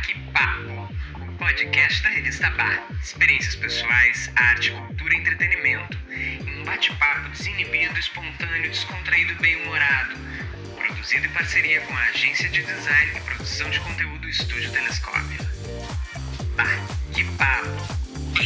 Bate-Papo, o podcast da revista Bar. Experiências pessoais, arte, cultura e entretenimento. Em um bate-papo desinibido, espontâneo, descontraído e bem-humorado. Produzido em parceria com a agência de design e produção de conteúdo Estúdio Telescópio. Bate-Papo.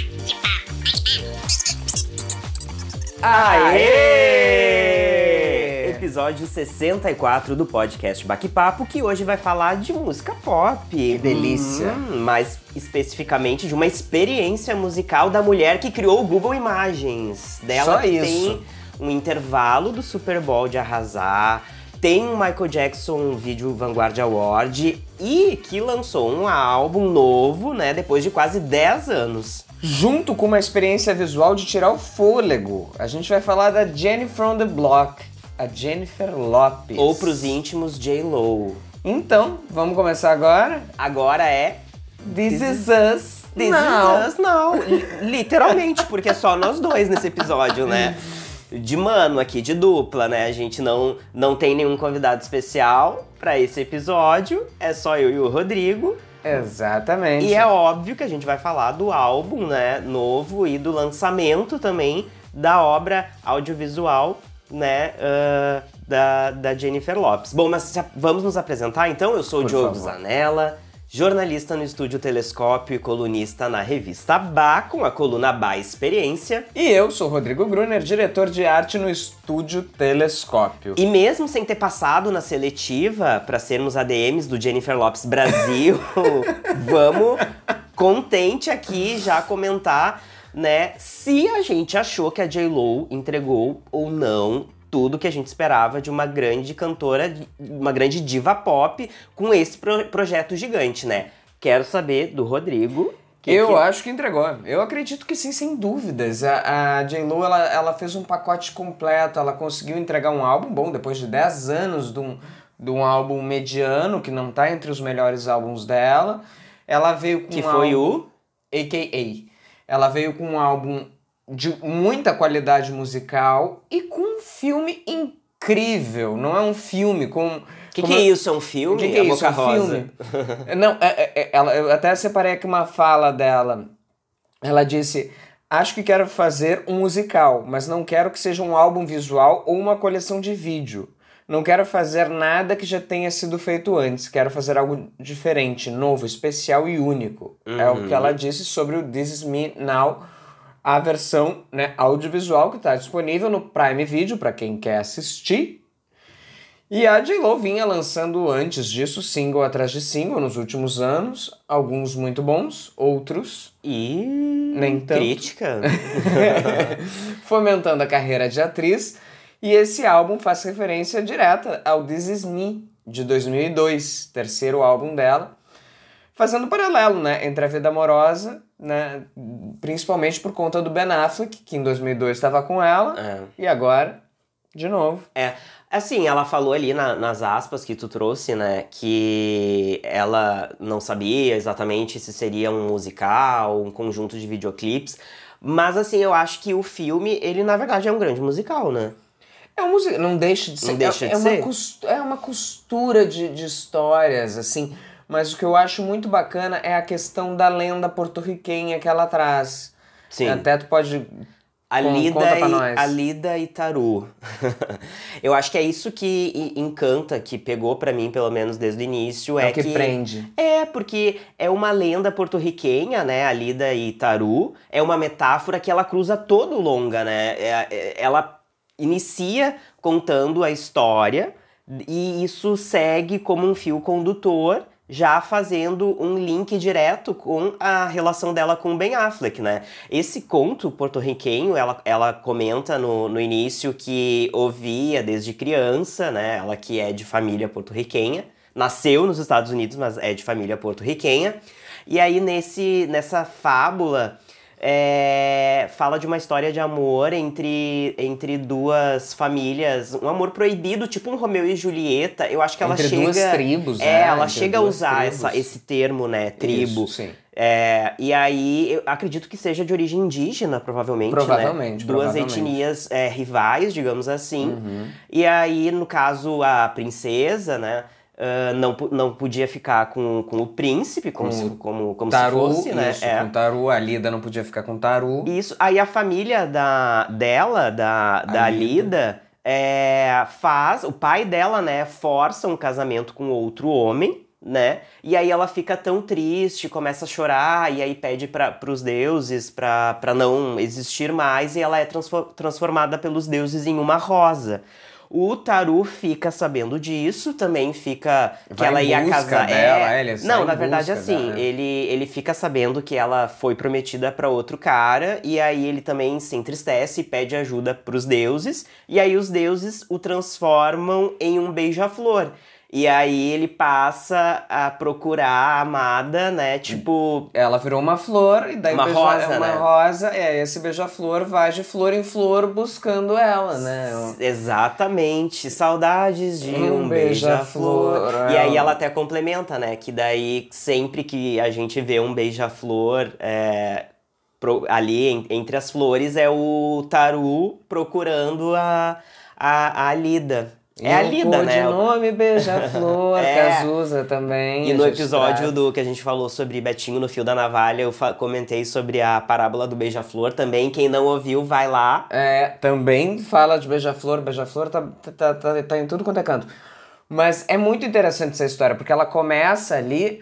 Aê! Episódio 64 do podcast Bate-Papo, que hoje vai falar de música pop. Que delícia! Mais especificamente de uma experiência musical da mulher que criou o Google Imagens. Dela Só tem isso. um intervalo do Super Bowl de arrasar, tem um Michael Jackson Video Vanguard Award e que lançou um álbum novo, né, depois de quase 10 anos. Junto com uma experiência visual de tirar o fôlego. A gente vai falar da Jenny from the Block, a Jennifer Lopez. Ou pros íntimos, J.Lo. Então, vamos começar agora? Agora é This Is Us. This Is Us, não. Literalmente, porque é só nós dois nesse episódio, né? De mano aqui, de dupla, né? A gente não tem nenhum convidado especial pra esse episódio. É só eu e o Rodrigo. Exatamente. E é óbvio que a gente vai falar do álbum, né, novo e do lançamento também da obra audiovisual, né, da Jennifer Lopez. Bom, mas vamos nos apresentar então? Eu sou o Diogo Zanella, jornalista no Estúdio Telescópio e colunista na revista Bá, com a coluna Bá Experiência. E eu sou Rodrigo Gruner, diretor de arte no Estúdio Telescópio. E mesmo sem ter passado na seletiva para sermos ADMs do Jennifer Lopez Brasil, vamos contente aqui já comentar, né, se a gente achou que a J.Lo entregou ou não tudo que a gente esperava de uma grande cantora, uma grande diva pop com esse projeto gigante, né? Quero saber do Rodrigo. Acho que entregou. Eu acredito que sim, sem dúvidas. A J.Lo, ela fez um pacote completo, ela conseguiu entregar um álbum bom, depois de 10 anos de um álbum mediano, que não tá entre os melhores álbuns dela. Ela veio com que foi álbum, A.K.A. Ela veio com um álbum de muita qualidade musical e com um filme incrível. Não é um filme com... Que é isso? É um filme? Que é isso? Boca Rosa. Filme? Não, eu até separei aqui uma fala dela. Ela disse: acho que quero fazer um musical, mas não quero que seja um álbum visual ou uma coleção de vídeo. Não quero fazer nada que já tenha sido feito antes. Quero fazer algo diferente, novo, especial e único. É o que ela disse sobre o This Is Me Now, a versão, né, audiovisual que está disponível no Prime Video para quem quer assistir. E a J.Lo vinha lançando antes disso single atrás de single nos últimos anos, alguns muito bons, outros e nem tanto. Crítica. Fomentando a carreira de atriz. E esse álbum faz referência direta ao This Is Me, de 2002, terceiro álbum dela, fazendo paralelo, né, entre a vida amorosa, né, principalmente por conta do Ben Affleck, que em 2002 estava com ela, e agora, de novo. Assim, ela falou ali nas aspas que tu trouxe, né, que ela não sabia exatamente se seria um musical, um conjunto de videoclipes, mas assim, eu acho que o filme, ele na verdade é um grande musical, né? É um musical, não deixa de ser. Não deixa de ser? É uma costura de histórias, assim, mas o que eu acho muito bacana é a questão da lenda porto-riquenha que ela traz. Sim. Até tu pode... Conta pra nós. Alida e Taru. Eu acho que é isso que encanta, que pegou pra mim, pelo menos desde o início. É o que prende. Porque é uma lenda porto-riquenha, né? Alida e Taru. É uma metáfora que ela cruza todo o longa, né? Ela inicia contando a história e isso segue como um fio condutor, já fazendo um link direto com a relação dela com o Ben Affleck, né? Esse conto porto-riquenho, ela comenta no início que ouvia desde criança, né? Ela que é de família porto-riquenha, nasceu nos Estados Unidos, mas é de família porto-riquenha. E aí nessa fábula... fala de uma história de amor entre duas famílias, um amor proibido, tipo um Romeu e Julieta. Eu acho que ela entre chega... duas tribos, ela chega a usar esse termo, né, tribo. Isso, sim. E aí, eu acredito que seja de origem indígena, provavelmente, né? Duas etnias rivais, digamos assim. E aí, no caso, a princesa, né, não podia ficar com o príncipe, como se Taru, fosse, né? isso, com Taru. A Lida não podia ficar com Taru. Isso. Aí a família da Lida, o pai dela, né, força um casamento com outro homem, né? E aí ela fica tão triste, começa a chorar, e aí pede pros deuses pra não existir mais, e ela é transformada pelos deuses em uma rosa. O Taru fica sabendo disso, também fica que ela ia casar. Não, na verdade, assim, ele fica sabendo que ela foi prometida pra outro cara, e aí ele também se entristece e pede ajuda pros deuses, e aí os deuses o transformam em um beija-flor. E aí ele passa a procurar a amada, né? Tipo. Ela virou uma flor, e daí uma rosa, uma né? rosa, esse beija-flor vai de flor em flor buscando ela, né? Exatamente. Saudades de um beija-flor. E aí ela até complementa, né? Que daí sempre que a gente vê um beija-flor ali entre as flores, é o Taru procurando a Lida. É a Lida, né? de nome Beija-Flor, Cazuza também. E no episódio que a gente falou sobre Betinho no Fio da Navalha, eu comentei sobre a parábola do Beija-Flor também. Quem não ouviu, vai lá. Também fala de Beija-Flor. Beija-Flor tá em tudo quanto é canto. Mas é muito interessante essa história, porque ela começa ali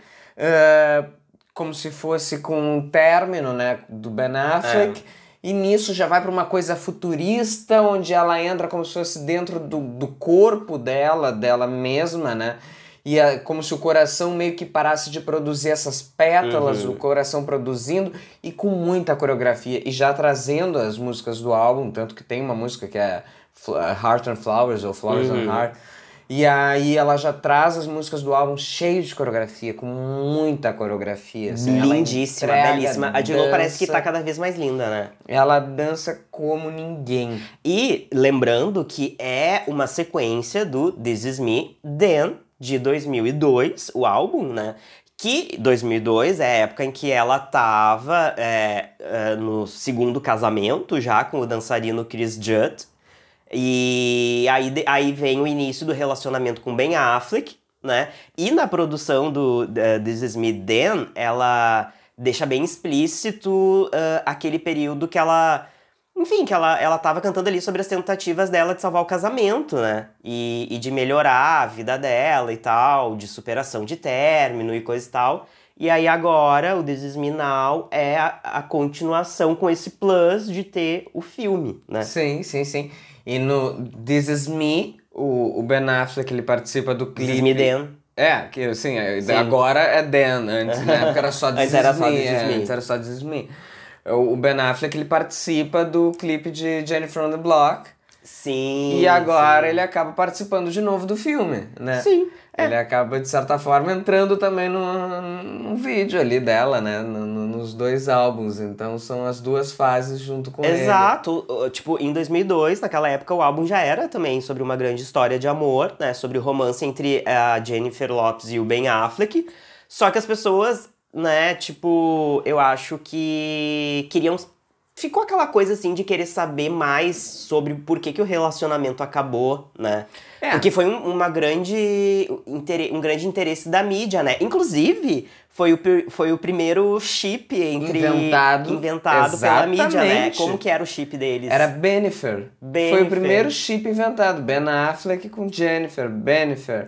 como se fosse com um término, né, do Ben Affleck. E nisso já vai para uma coisa futurista, onde ela entra como se fosse dentro do corpo dela mesma, né? E como se o coração meio que parasse de produzir essas pétalas, o coração produzindo, e com muita coreografia. E já trazendo as músicas do álbum, tanto que tem uma música que é Heart and Flowers, ou Flowers and Heart. E aí ela já traz as músicas do álbum cheio de coreografia, com muita coreografia. Assim, lindíssima, belíssima. A J.Lo parece que tá cada vez mais linda, né? Ela dança como ninguém. E lembrando que é uma sequência do This Is Me, Then, de 2002, o álbum, né? Que 2002 é a época em que ela tava no segundo casamento já com o dançarino Chris Judd. E aí vem o início do relacionamento com Ben Affleck, né? E na produção do This Is Me Then, ela deixa bem explícito aquele período que ela... Enfim, que ela tava cantando ali sobre as tentativas dela de salvar o casamento, né? E de melhorar a vida dela e tal, de superação de término e coisa e tal. E aí agora, o This Is Me Now é a continuação com esse plus de ter o filme, né? Sim. E no This Is Me, o Ben Affleck, ele participa do clipe... This Is Me Then. Que assim, agora é Dan, antes, né? Porque era só This Is Me. Antes era só This Is Me. O Ben Affleck, ele participa do clipe de Jennifer on the Block. Sim. E agora ele acaba participando de novo do filme, né? Sim. Ele acaba, de certa forma, entrando também no vídeo ali dela, né? Nos dois álbuns. Então são as duas fases junto com ele. Exato. Tipo, em 2002, naquela época, o álbum já era também sobre uma grande história de amor, né? Sobre o romance entre a Jennifer Lopez e o Ben Affleck. Só que as pessoas, né, tipo, eu acho que queriam... Ficou aquela coisa, assim, de querer saber mais sobre por que o relacionamento acabou, né? Porque foi um grande interesse da mídia, né? Inclusive, foi o primeiro chip inventado pela mídia, né? Como que era o chip deles? Era Bennifer. Foi o primeiro chip inventado. Ben Affleck com Jennifer. Bennifer.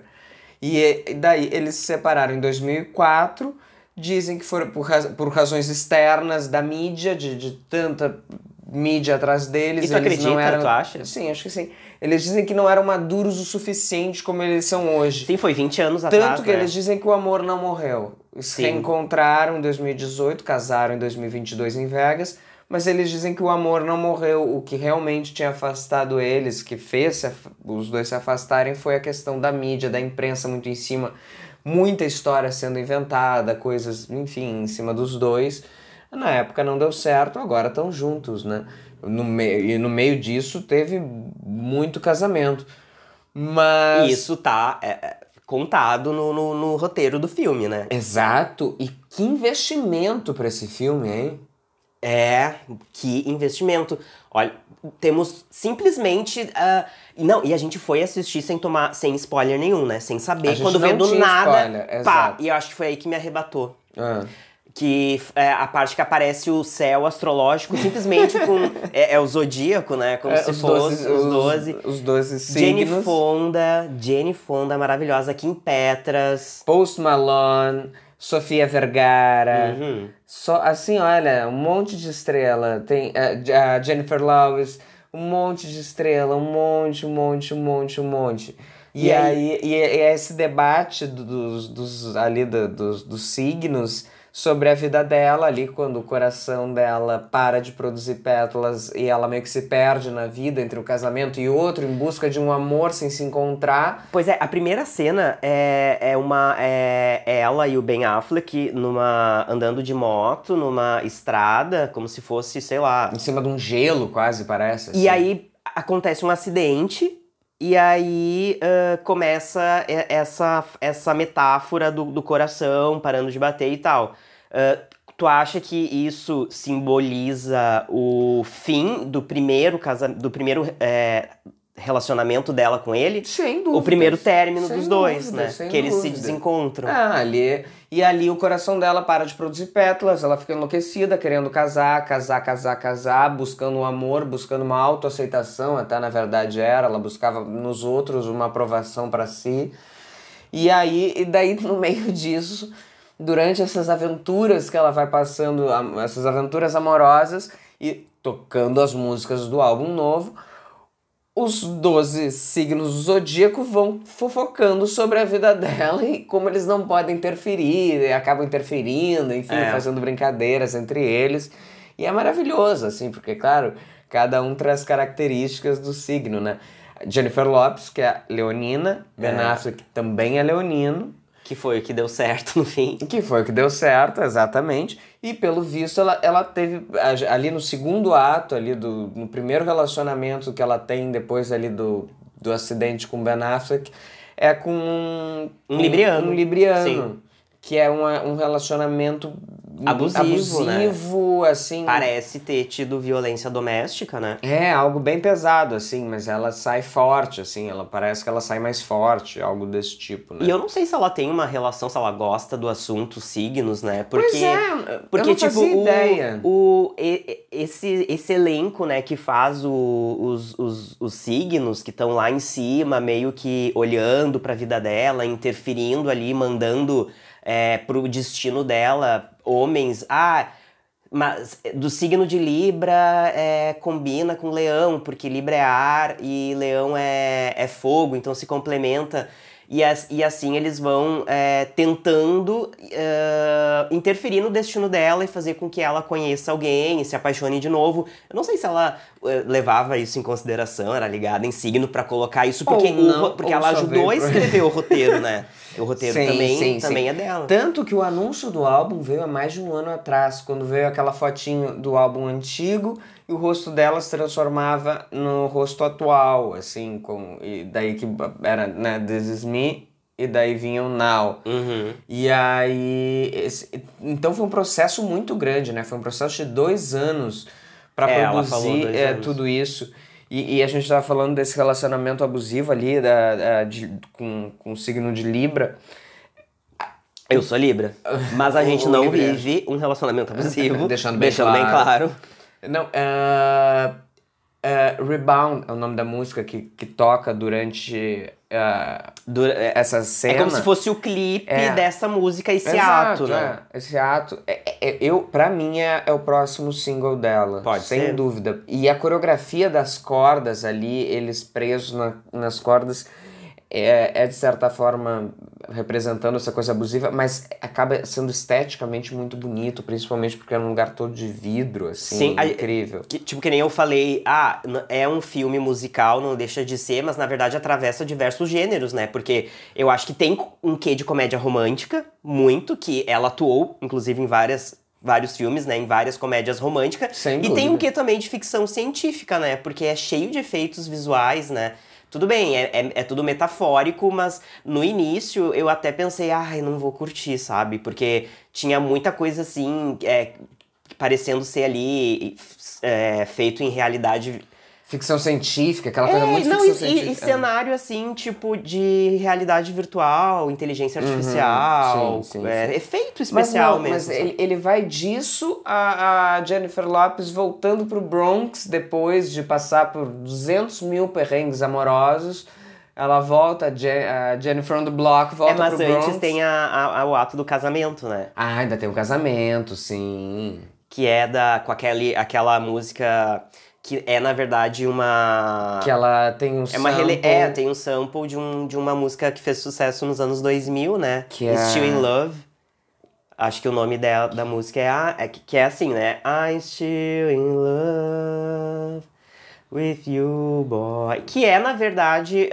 E daí eles se separaram em 2004... Dizem que foram por razões externas da mídia, de tanta mídia atrás deles. E tu acredita, tu acha? Sim, acho que sim. Eles dizem que não eram maduros o suficiente como eles são hoje. Sim, foi 20 anos atrás, Tanto que eles dizem que o amor não morreu. Se reencontraram em 2018, casaram em 2022 em Vegas, mas eles dizem que o amor não morreu. O que realmente tinha afastado eles, que fez os dois se afastarem, foi a questão da mídia, da imprensa muito em cima. Muita história sendo inventada, coisas, enfim, em cima dos dois. Na época não deu certo, agora estão juntos, né? E no meio disso teve muito casamento. Mas... Isso tá contado no roteiro do filme, né? Exato. E que investimento pra esse filme, hein? Que investimento. Olha, temos simplesmente. E a gente foi assistir sem spoiler nenhum, né? Sem A saber. gente Quando não veio do tinha nada. spoiler, Pá! exato. E eu acho que foi aí que me arrebatou. Ah. Que é a parte que aparece o céu astrológico simplesmente com. É o zodíaco, né? Como se fosse os 12. Os 12 signos. Jane Fonda maravilhosa, Kim Petras. Post Malone, Sofia Vergara. Uhum. Só, assim, olha, um monte de estrela. Tem a Jennifer Lawrence, um monte de estrela, um monte. E aí- E é esse debate dos signos sobre a vida dela ali, quando o coração dela para de produzir pétalas e ela meio que se perde na vida entre um casamento e outro, em busca de um amor sem se encontrar. Pois é, a primeira cena é ela e o Ben Affleck andando de moto numa estrada, como se fosse, sei lá. Em cima de um gelo, quase, parece. E assim. aí acontece um acidente, e aí começa essa metáfora do coração parando de bater e tal. Tu acha que isso simboliza o fim do primeiro relacionamento dela com ele? Sem dúvida. O primeiro término Sem dos dois, dúvida, né? sem Que eles se dúvida. desencontram. E ali o coração dela para de produzir pétalas, ela fica enlouquecida, querendo casar, buscando um amor, buscando uma autoaceitação, até na verdade ela buscava nos outros uma aprovação para si. E daí no meio disso, durante essas aventuras que ela vai passando, essas aventuras amorosas e tocando as músicas do álbum novo, os 12 signos do zodíaco vão fofocando sobre a vida dela e como eles não podem interferir, e acabam interferindo, enfim, fazendo brincadeiras entre eles. E é maravilhoso, assim, porque, claro, cada um traz características do signo, né? Jennifer Lopez, que é leonina, Ben Affleck também é leonino. Que foi o que deu certo no fim. Que foi o que deu certo, exatamente. E pelo visto ela teve, ali no segundo ato, ali no primeiro relacionamento que ela tem depois ali do acidente com Ben Affleck, é com Um libriano. Um libriano. Sim. Que é um relacionamento abusivo, assim. Parece ter tido violência doméstica, né? É, algo bem pesado, assim, mas ela sai forte, assim, parece que ela sai mais forte, algo desse tipo, né? E eu não sei se ela tem uma relação, se ela gosta do assunto signos, né? Pois é, eu não fazia ideia. Esse elenco, né, que faz os signos que estão lá em cima, meio que olhando pra vida dela, interferindo ali, mandando pro destino dela, homens, mas do signo de Libra combina com Leão, porque Libra é ar e Leão é fogo, então se complementa. E assim eles vão tentando interferir no destino dela e fazer com que ela conheça alguém e se apaixone de novo. Eu não sei se ela levava isso em consideração, era ligada em signo pra colocar isso, porque, porque ela ajudou a escrever o roteiro, né? O roteiro também é dela. Tanto que o anúncio do álbum veio há mais de um ano atrás, quando veio aquela fotinho do álbum antigo e o rosto dela se transformava no rosto atual, assim, e daí que era, né, This Is Me, e daí vinha o Now. Uhum. E aí, então foi um processo muito grande, né? Foi um processo de 2 anos pra produzir tudo isso. E a gente estava falando desse relacionamento abusivo ali com o signo de Libra. Eu sou Libra, mas a gente não vive um relacionamento abusivo. Deixando bem claro. Não, Rebound é o nome da música que toca durante essa cena. É como se fosse o clipe dessa música, esse ato, né? Esse ato. Pra mim é o próximo single dela. Pode sem ser. dúvida. E a coreografia das cordas ali, eles presos nas cordas, de certa forma representando essa coisa abusiva, mas acaba sendo esteticamente muito bonito, principalmente porque é num lugar todo de vidro, assim, incrível. Que nem eu falei, é um filme musical, não deixa de ser, mas na verdade atravessa diversos gêneros, né? Porque eu acho que tem um quê de comédia romântica, muito, que ela atuou, inclusive em vários filmes, né, em várias comédias românticas. Sem e dúvida. tem um quê também de ficção científica, né? Porque é cheio de efeitos visuais, né? Tudo bem, é tudo metafórico, mas no início eu até pensei, não vou curtir, sabe? Porque tinha muita coisa assim, parecendo ser ali feito em realidade... Ficção científica, aquela coisa muito ficção científica. E cenário, assim, tipo, de realidade virtual, inteligência artificial, sim. efeito especial mesmo. Mas ele vai disso a Jennifer Lopez voltando pro Bronx depois de passar por 200 mil perrengues amorosos. Ela volta, a Jennifer on the Block volta pro Bronx. Mas antes tem o ato do casamento, né? Ah, ainda tem o casamento, sim. Que é com aquela música... Que é, na verdade, uma... Que ela tem um sample... tem um sample de uma música que fez sucesso nos anos 2000, né? Que é... Still in Love. Acho que o nome da música que é assim, né? I'm still in love with you, boy. Que é, na verdade...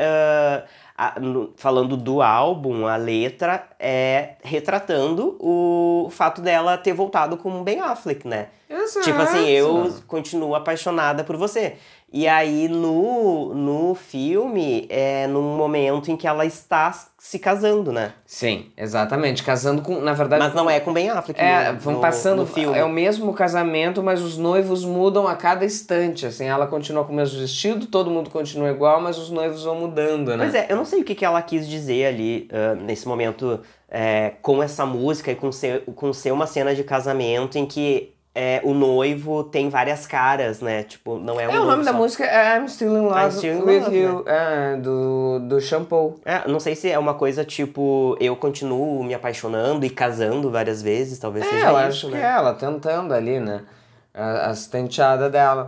falando do álbum, a letra é retratando o fato dela ter voltado com o Ben Affleck, né? Exato. Tipo assim, eu continuo apaixonada por você. E aí, no filme, é num momento em que ela está se casando, né? Sim, exatamente. Casando com, na verdade... Mas não é com Ben Affleck vão passando... no filme. É o mesmo casamento, mas os noivos mudam a cada instante, assim. Ela continua com o mesmo vestido, todo mundo continua igual, mas os noivos vão mudando, né? Pois eu não sei o que ela quis dizer ali, nesse momento, com essa música e com ser uma cena de casamento em que... o noivo tem várias caras, né? Tipo, não é um o nome da só. música é I'm Still in Love with You, né? do Shampoo. Não sei se é uma coisa tipo, eu continuo me apaixonando e casando várias vezes, talvez seja eu isso, acho né? que é ela tentando ali, né? A tenteada dela.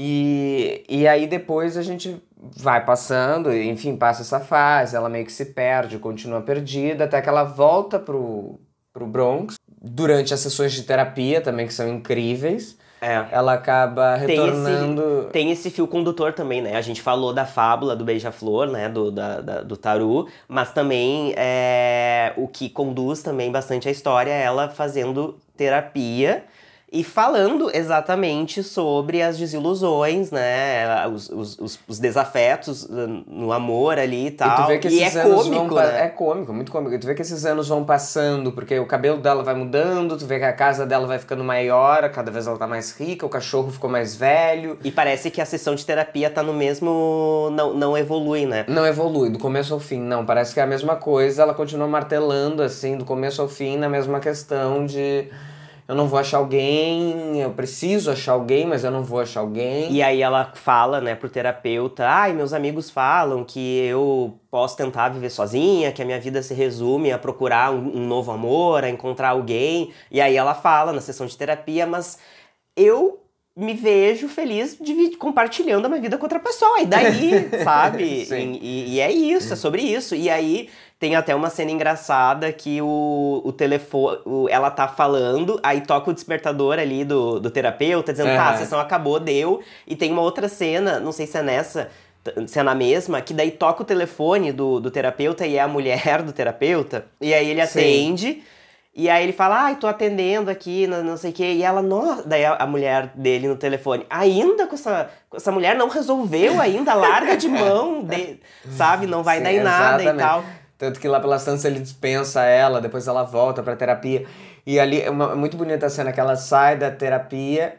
E aí depois a gente vai passando, enfim, passa essa fase, ela meio que se perde, continua perdida, até que ela volta pro Bronx. Durante as sessões de terapia também, que são incríveis, ela acaba retornando... Tem esse fio condutor também, né? A gente falou da fábula do beija-flor, né? Do Taru, mas também o que conduz também bastante a história é ela fazendo terapia e falando exatamente sobre as desilusões, né? Os desafetos no amor ali e tal. E tu vê que esses anos cômico, né? É cômico, muito cômico. E tu vê que esses anos vão passando, porque o cabelo dela vai mudando, tu vê que a casa dela vai ficando maior, cada vez ela tá mais rica, o cachorro ficou mais velho. E parece que a sessão de terapia tá no mesmo... Não evolui, né? Não evolui, do começo ao fim, não. Parece que é a mesma coisa, ela continua martelando, assim, do começo ao fim, na mesma questão de... Eu não vou achar alguém, eu preciso achar alguém, mas eu não vou achar alguém. E aí ela fala, né, pro terapeuta, meus amigos falam que eu posso tentar viver sozinha, que a minha vida se resume a procurar um novo amor, a encontrar alguém. E aí ela fala na sessão de terapia, mas eu me vejo feliz compartilhando a minha vida com outra pessoa. E daí, sabe? E é isso, é sobre isso. E aí... Tem até uma cena engraçada que o telefone... ela tá falando, aí toca o despertador ali do terapeuta, dizendo, a sessão acabou, deu. E tem uma outra cena, não sei se é na mesma, que daí toca o telefone do terapeuta e é a mulher do terapeuta. E aí ele atende, e aí ele fala, tô atendendo aqui, não sei o quê. E ela, daí a mulher dele no telefone, ainda com essa mulher não resolveu ainda, larga de mão, sabe? Não vai dar em nada e tal. Tanto que lá pelas tantas ele dispensa ela, depois ela volta pra terapia. E ali é muito bonita a cena que ela sai da terapia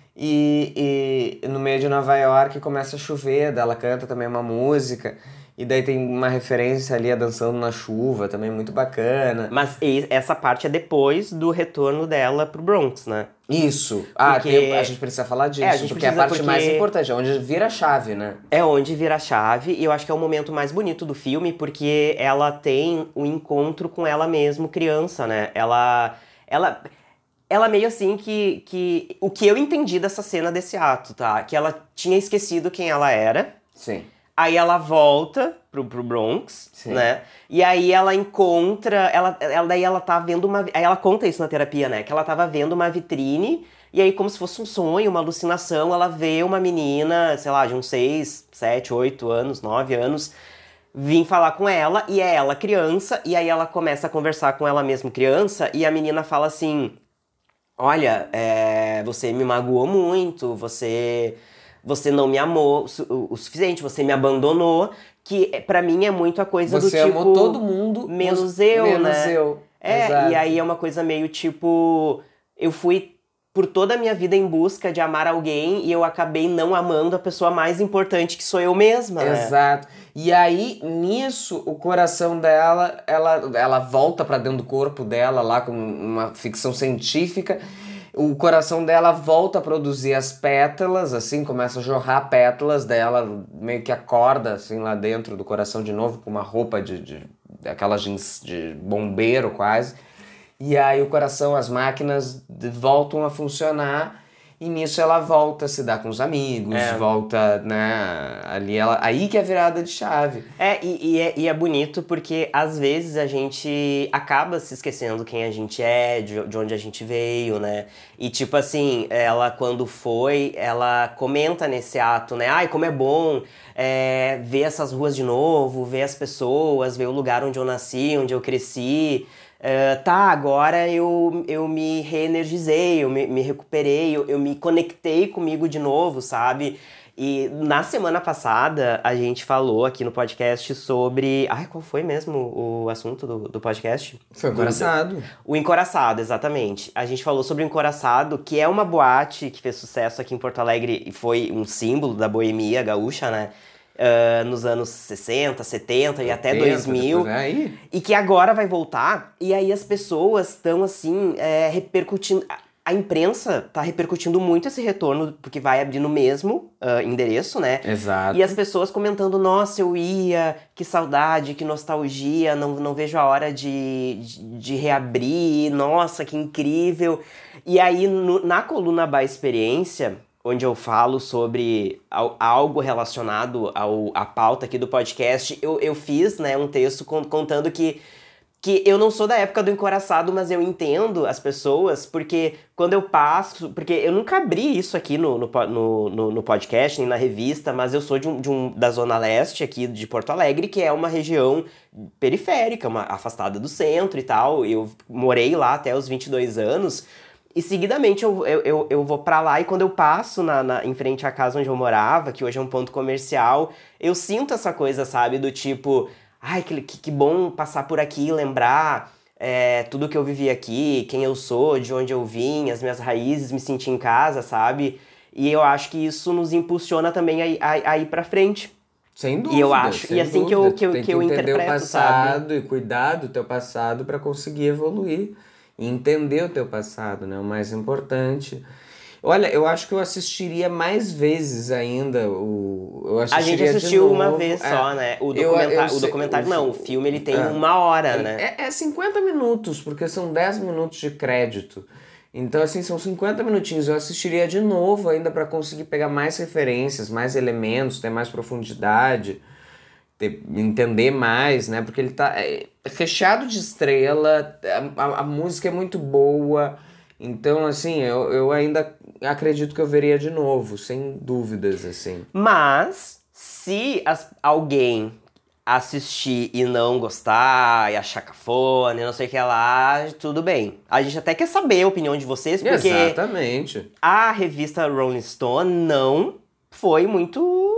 e no meio de Nova York começa a chover, daí ela canta também uma música. E daí tem uma referência ali a Dançando na Chuva, também muito bacana. Mas essa parte é depois do retorno dela pro Bronx, né? Isso. Porque... a gente precisa falar disso, porque é a parte mais importante, é onde vira a chave, né? É onde vira a chave, e eu acho que é o momento mais bonito do filme, porque ela tem o encontro com ela mesma, criança, né? Ela meio assim que... O que eu entendi dessa cena, desse ato, tá? Que ela tinha esquecido quem ela era. Sim. Aí ela volta pro Bronx, né? E aí ela encontra... Daí ela tá vendo uma... Aí ela conta isso na terapia, né? Que ela tava vendo uma vitrine, e aí como se fosse um sonho, uma alucinação, ela vê uma menina, sei lá, de uns 6, 7, 8 anos, 9 anos, vir falar com ela, e é ela criança, e aí ela começa a conversar com ela mesma criança, e a menina fala assim, olha, você me magoou muito, você não me amou o suficiente, você me abandonou, que pra mim é muito a coisa do tipo... Você amou todo mundo, menos eu, né? Menos eu. E aí é uma coisa meio tipo... Eu fui por toda a minha vida em busca de amar alguém e eu acabei não amando a pessoa mais importante que sou eu mesma, né? Exato. E aí, nisso, o coração dela, ela volta pra dentro do corpo dela, lá com uma ficção científica. O coração dela volta a produzir as pétalas, assim, começa a jorrar pétalas dela, meio que acorda, assim, lá dentro do coração de novo, com uma roupa aquelas de bombeiro quase. E aí o coração, as máquinas voltam a funcionar e nisso ela volta a se dar com os amigos, volta, né, ali aí que é a virada de chave. E é bonito porque às vezes a gente acaba se esquecendo quem a gente é, de onde a gente veio, né? E tipo assim, ela quando ela comenta nesse ato, né? Ai, como é bom ver essas ruas de novo, ver as pessoas, ver o lugar onde eu nasci, onde eu cresci. Agora eu me reenergizei, eu me recuperei, eu me conectei comigo de novo, sabe? E na semana passada a gente falou aqui no podcast sobre... Ai, qual foi mesmo o assunto do podcast? Foi o Encoraçado. O Encoraçado, exatamente. A gente falou sobre o Encoraçado, que é uma boate que fez sucesso aqui em Porto Alegre e foi um símbolo da boemia gaúcha, né? Nos anos 60, 70 e até 2000, e que agora vai voltar, e aí as pessoas estão assim, repercutindo, a imprensa tá repercutindo muito esse retorno, porque vai abrir no mesmo endereço, né? Exato. E as pessoas comentando, nossa, eu ia, que saudade, que nostalgia, não vejo a hora de reabrir, nossa, que incrível. E aí, na coluna Ba Experiência, onde eu falo sobre algo relacionado à pauta aqui do podcast, eu fiz, né, um texto contando que eu não sou da época do Encoraçado, mas eu entendo as pessoas, porque quando eu passo... Porque eu nunca abri isso aqui no podcast, nem na revista, mas eu sou da Zona Leste aqui de Porto Alegre, que é uma região periférica, afastada do centro e tal. Eu morei lá até os 22 anos... E seguidamente eu vou pra lá e quando eu passo em frente à casa onde eu morava, que hoje é um ponto comercial, eu sinto essa coisa, sabe? Do tipo, ai, que bom passar por aqui e lembrar tudo que eu vivi aqui, quem eu sou, de onde eu vim, as minhas raízes, me sentir em casa, sabe? E eu acho que isso nos impulsiona também a ir pra frente. Sem dúvida. E eu acho, e assim que eu interpreto, o passado, sabe? e cuidar do teu passado pra conseguir evoluir. E entender o teu passado, né? O mais importante. Olha, eu acho que eu assistiria mais vezes ainda A gente assistiu uma vez só, né? O documentário não, o filme ele tem 1 hora, né? É 50 minutos, porque são 10 minutos de crédito. Então, assim, são 50 minutinhos. Eu assistiria de novo ainda para conseguir pegar mais referências, mais elementos, ter mais profundidade, entender mais, né? Porque ele tá recheado de estrela, a música é muito boa. Então, assim, eu ainda acredito que eu veria de novo, sem dúvidas, assim. Mas, se alguém assistir e não gostar, e achar cafona, e não sei o que lá, tudo bem. A gente até quer saber a opinião de vocês, porque... Exatamente. A revista Rolling Stone não foi muito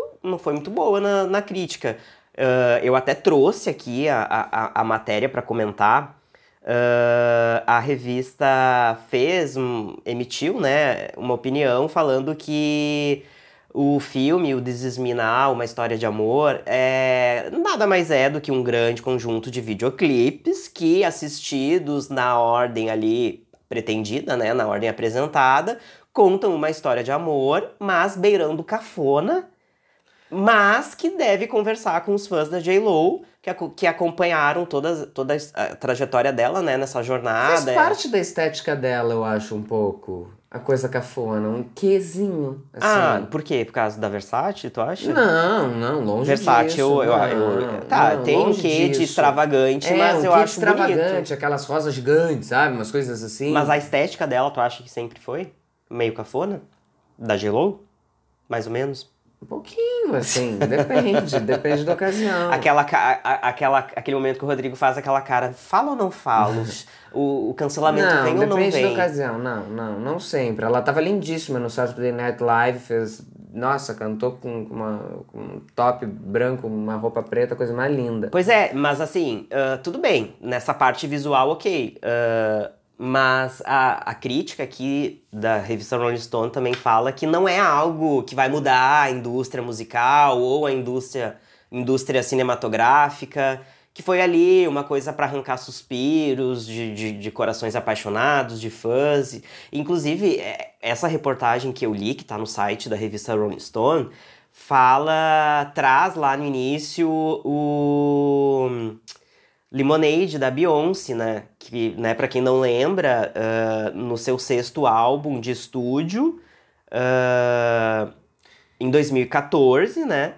boa na crítica. Eu até trouxe aqui a matéria para comentar. A revista emitiu, né, uma opinião falando que o filme, o This Is Me Now, Uma História de Amor, nada mais é do que um grande conjunto de videoclipes que, assistidos na ordem ali pretendida, né, na ordem apresentada, contam uma história de amor, mas beirando cafona, mas que deve conversar com os fãs da J.Lo, que acompanharam toda a trajetória dela, né, nessa jornada. Faz parte da estética dela, eu acho, um pouco. A coisa cafona, um quezinho, assim. Ah, por quê? Por causa da Versace, tu acha? Não, longe Versace, disso. Tem um quê de extravagante, mas eu acho extravagante, bonito. Aquelas rosas gigantes, sabe? Umas coisas assim. Mas a estética dela, tu acha que sempre foi? Meio cafona? Da J.Lo? Mais ou menos? Um pouquinho, assim, depende da ocasião. Aquele momento que o Rodrigo faz aquela cara, fala ou não falo? O cancelamento vem ou não vem? Depende da ocasião, não sempre. Ela tava lindíssima no Saturday Night Live, cantou com um top branco, uma roupa preta, coisa mais linda. Pois é, mas assim, tudo bem, nessa parte visual, ok. Mas a crítica aqui da revista Rolling Stone também fala que não é algo que vai mudar a indústria musical ou a indústria cinematográfica, que foi ali uma coisa para arrancar suspiros de corações apaixonados, de fãs. Inclusive, essa reportagem que eu li, que tá no site da revista Rolling Stone, traz lá no início o Lemonade, da Beyoncé, né? Que, né, pra quem não lembra, no seu 6º álbum de estúdio, em 2014, né?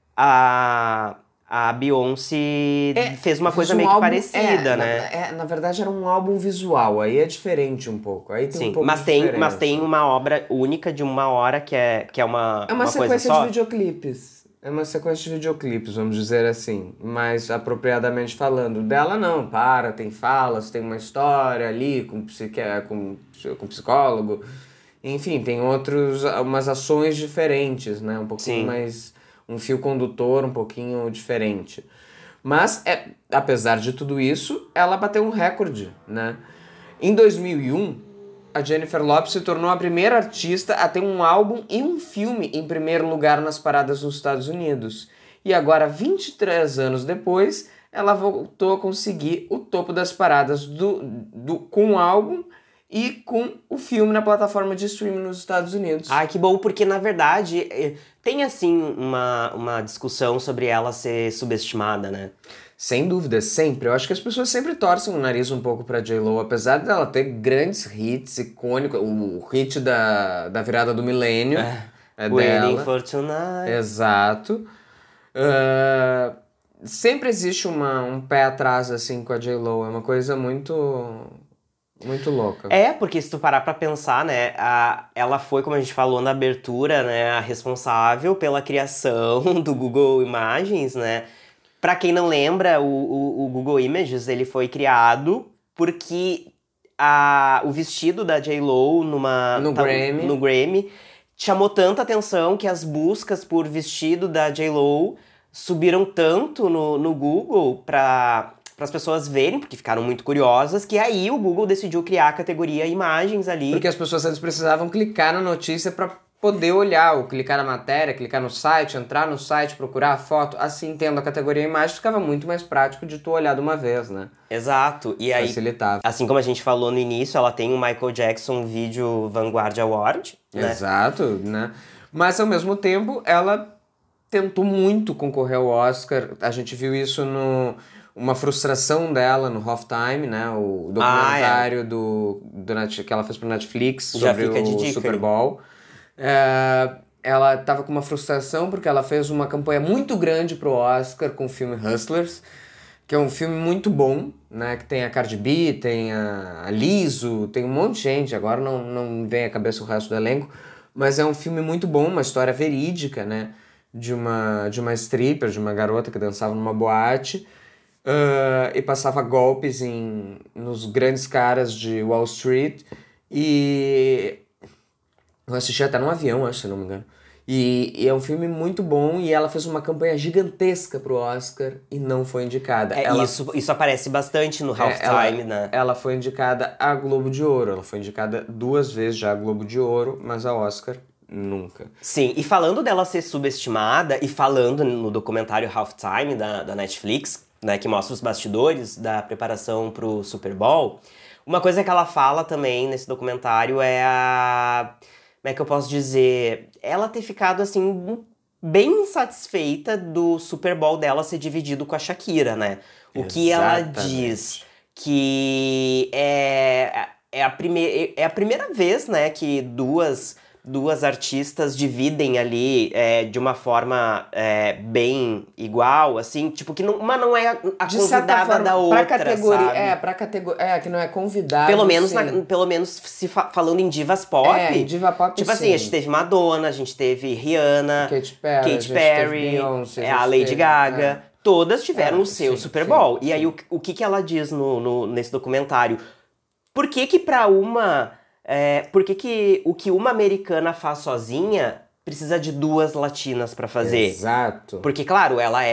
A Beyoncé fez uma coisa meio que parecida, né? Na verdade era um álbum visual, aí é diferente um pouco. Aí tem Sim, um pouco mas de tem diferença. uma obra única de 1 hora que é uma É uma coisa sequência só. de videoclipes. É uma sequência de videoclipes, vamos dizer assim. Mas apropriadamente falando. Dela não, tem falas, tem uma história ali com psicólogo. Enfim, tem umas ações diferentes, né? Um pouquinho Sim. mais. Um fio condutor um pouquinho diferente. Mas, apesar de tudo isso, ela bateu um recorde, né? Em 2001, a Jennifer Lopez se tornou a primeira artista a ter um álbum e um filme em primeiro lugar nas paradas dos Estados Unidos. E agora, 23 anos depois, ela voltou a conseguir o topo das paradas com o álbum e com o filme na plataforma de streaming nos Estados Unidos. Ai, que bom, porque na verdade tem assim uma discussão sobre ela ser subestimada, né? Sem dúvida, sempre. Eu acho que as pessoas sempre torcem o nariz um pouco pra J.Lo, apesar dela ter grandes hits icônicos. O hit da virada do milênio é Waiting dela. for Tonight. Exato. Sempre existe um pé atrás, assim, com a J.Lo. É uma coisa muito louca. Porque se tu parar pra pensar, né, ela foi, como a gente falou na abertura, né, a responsável pela criação do Google Imagens, né? Pra quem não lembra, o Google Images, ele foi criado porque o vestido da J.Lo no Grammy chamou tanta atenção que as buscas por vestido da J.Lo subiram tanto no Google para as pessoas verem, porque ficaram muito curiosas, que aí o Google decidiu criar a categoria imagens ali. Porque as pessoas antes precisavam clicar na notícia para poder olhar, ou clicar na matéria, clicar no site, entrar no site, procurar a foto. Assim, tendo a categoria imagem, ficava muito mais prático de tu olhar de uma vez, né? Exato. E aí, facilitava. assim como a gente falou no início, ela tem o Michael Jackson Video Vanguard Award, né? Exato, né? Mas, ao mesmo tempo, ela tentou muito concorrer ao Oscar. A gente viu isso uma frustração dela no Halftime, né? O documentário que ela fez pro Netflix Já sobre fica de o dica Super aí. Bowl. Ela tava com uma frustração porque ela fez uma campanha muito grande pro Oscar com o filme Hustlers, que é um filme muito bom, né? Que tem a Cardi B, tem a Lizzo, tem um monte de gente, agora não me vem à cabeça o resto do elenco, mas é um filme muito bom, uma história verídica, né? De uma stripper, de uma garota que dançava numa boate e passava golpes nos grandes caras de Wall Street. E eu assisti até num avião, acho, se não me engano. E é um filme muito bom e ela fez uma campanha gigantesca pro Oscar e não foi indicada. Isso aparece bastante no Halftime, né? Ela foi indicada a Globo de Ouro. Ela foi indicada 2 vezes já a Globo de Ouro, mas a Oscar nunca. Sim, e falando dela ser subestimada, e falando no documentário Halftime da Netflix, né, que mostra os bastidores da preparação pro Super Bowl, uma coisa que ela fala também nesse documentário é como é que eu posso dizer? Ela ter ficado, assim, bem insatisfeita do Super Bowl dela ser dividido com a Shakira, né? O que ela diz que é a primeira vez, né, que duas artistas dividem ali de uma forma bem igual, assim, tipo, que uma não é a De convidada forma, da outra, categoria, sabe? pra categoria, que não é convidada. Pelo menos se falando em divas pop. Em diva pop, tipo assim, a gente teve Madonna, a gente teve Rihanna, Katy Perry, Beyoncé, a Lady Gaga. Todas tiveram o seu Super Bowl. Sim. E aí, o que ela diz nesse documentário? Por que pra uma... por que o que uma americana faz sozinha precisa de 2 latinas pra fazer? Exato. Porque, claro, ela é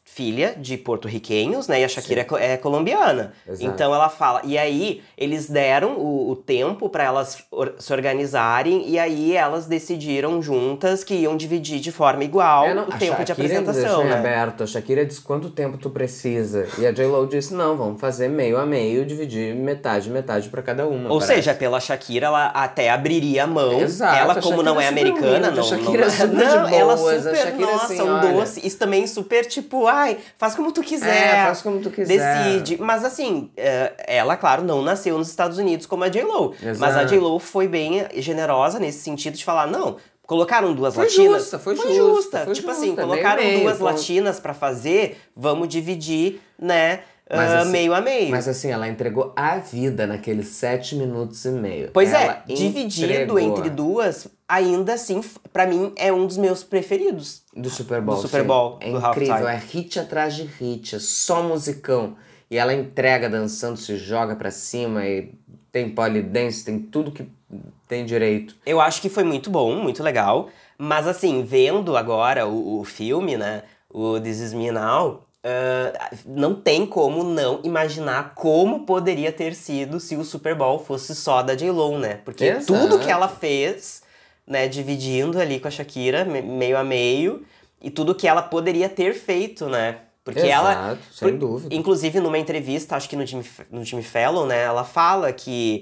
filha de porto-riquenhos, né? E a Shakira é colombiana. Exato. Então ela fala. E aí eles deram o tempo para elas se organizarem, e aí elas decidiram juntas que iam dividir de forma igual o tempo de apresentação. Né? Né? Aberto. A Shakira disse quanto tempo tu precisa. E a J-Lo disse: não, vamos fazer meio a meio, dividir metade para cada uma. Ou seja, pela Shakira, ela até abriria a mão. Exato, ela, como não é americana, não. A Shakira é super não, de ela boas, super, a Shakira, nossa, assim, um olha, doce. Isso também super, tipo, ai, faz como tu quiser. faz como tu quiser. Decide. Mas assim, ela, claro, não nasceu nos Estados Unidos como a J-Lo. Exato. Mas a J-Lo foi bem generosa nesse sentido de falar, não, colocaram duas latinas. Foi justa. Tipo assim, colocaram duas latinas pra fazer, vamos dividir, né? Mas, assim, meio a meio. Mas assim, ela entregou a vida naqueles 7 minutos e meio. Pois ela dividido entre duas, ainda assim, pra mim, é um dos meus preferidos. Do Super Bowl. Do Super Bowl, é do incrível, halftime. é hit atrás de hit, é só musicão. E ela entrega dançando, se joga pra cima e tem polydance, tem tudo que tem direito. Eu acho que foi muito bom, muito legal. Mas assim, vendo agora o filme, né? O This Is Me Now, não tem como não imaginar como poderia ter sido se o Super Bowl fosse só da J-Lo, né? Porque Exato. tudo que ela fez, né, dividindo ali com a Shakira, meio a meio, e tudo que ela poderia ter feito, né? Porque Exato, sem dúvida. Inclusive, numa entrevista, acho que no Jimmy Fallon, né, ela fala que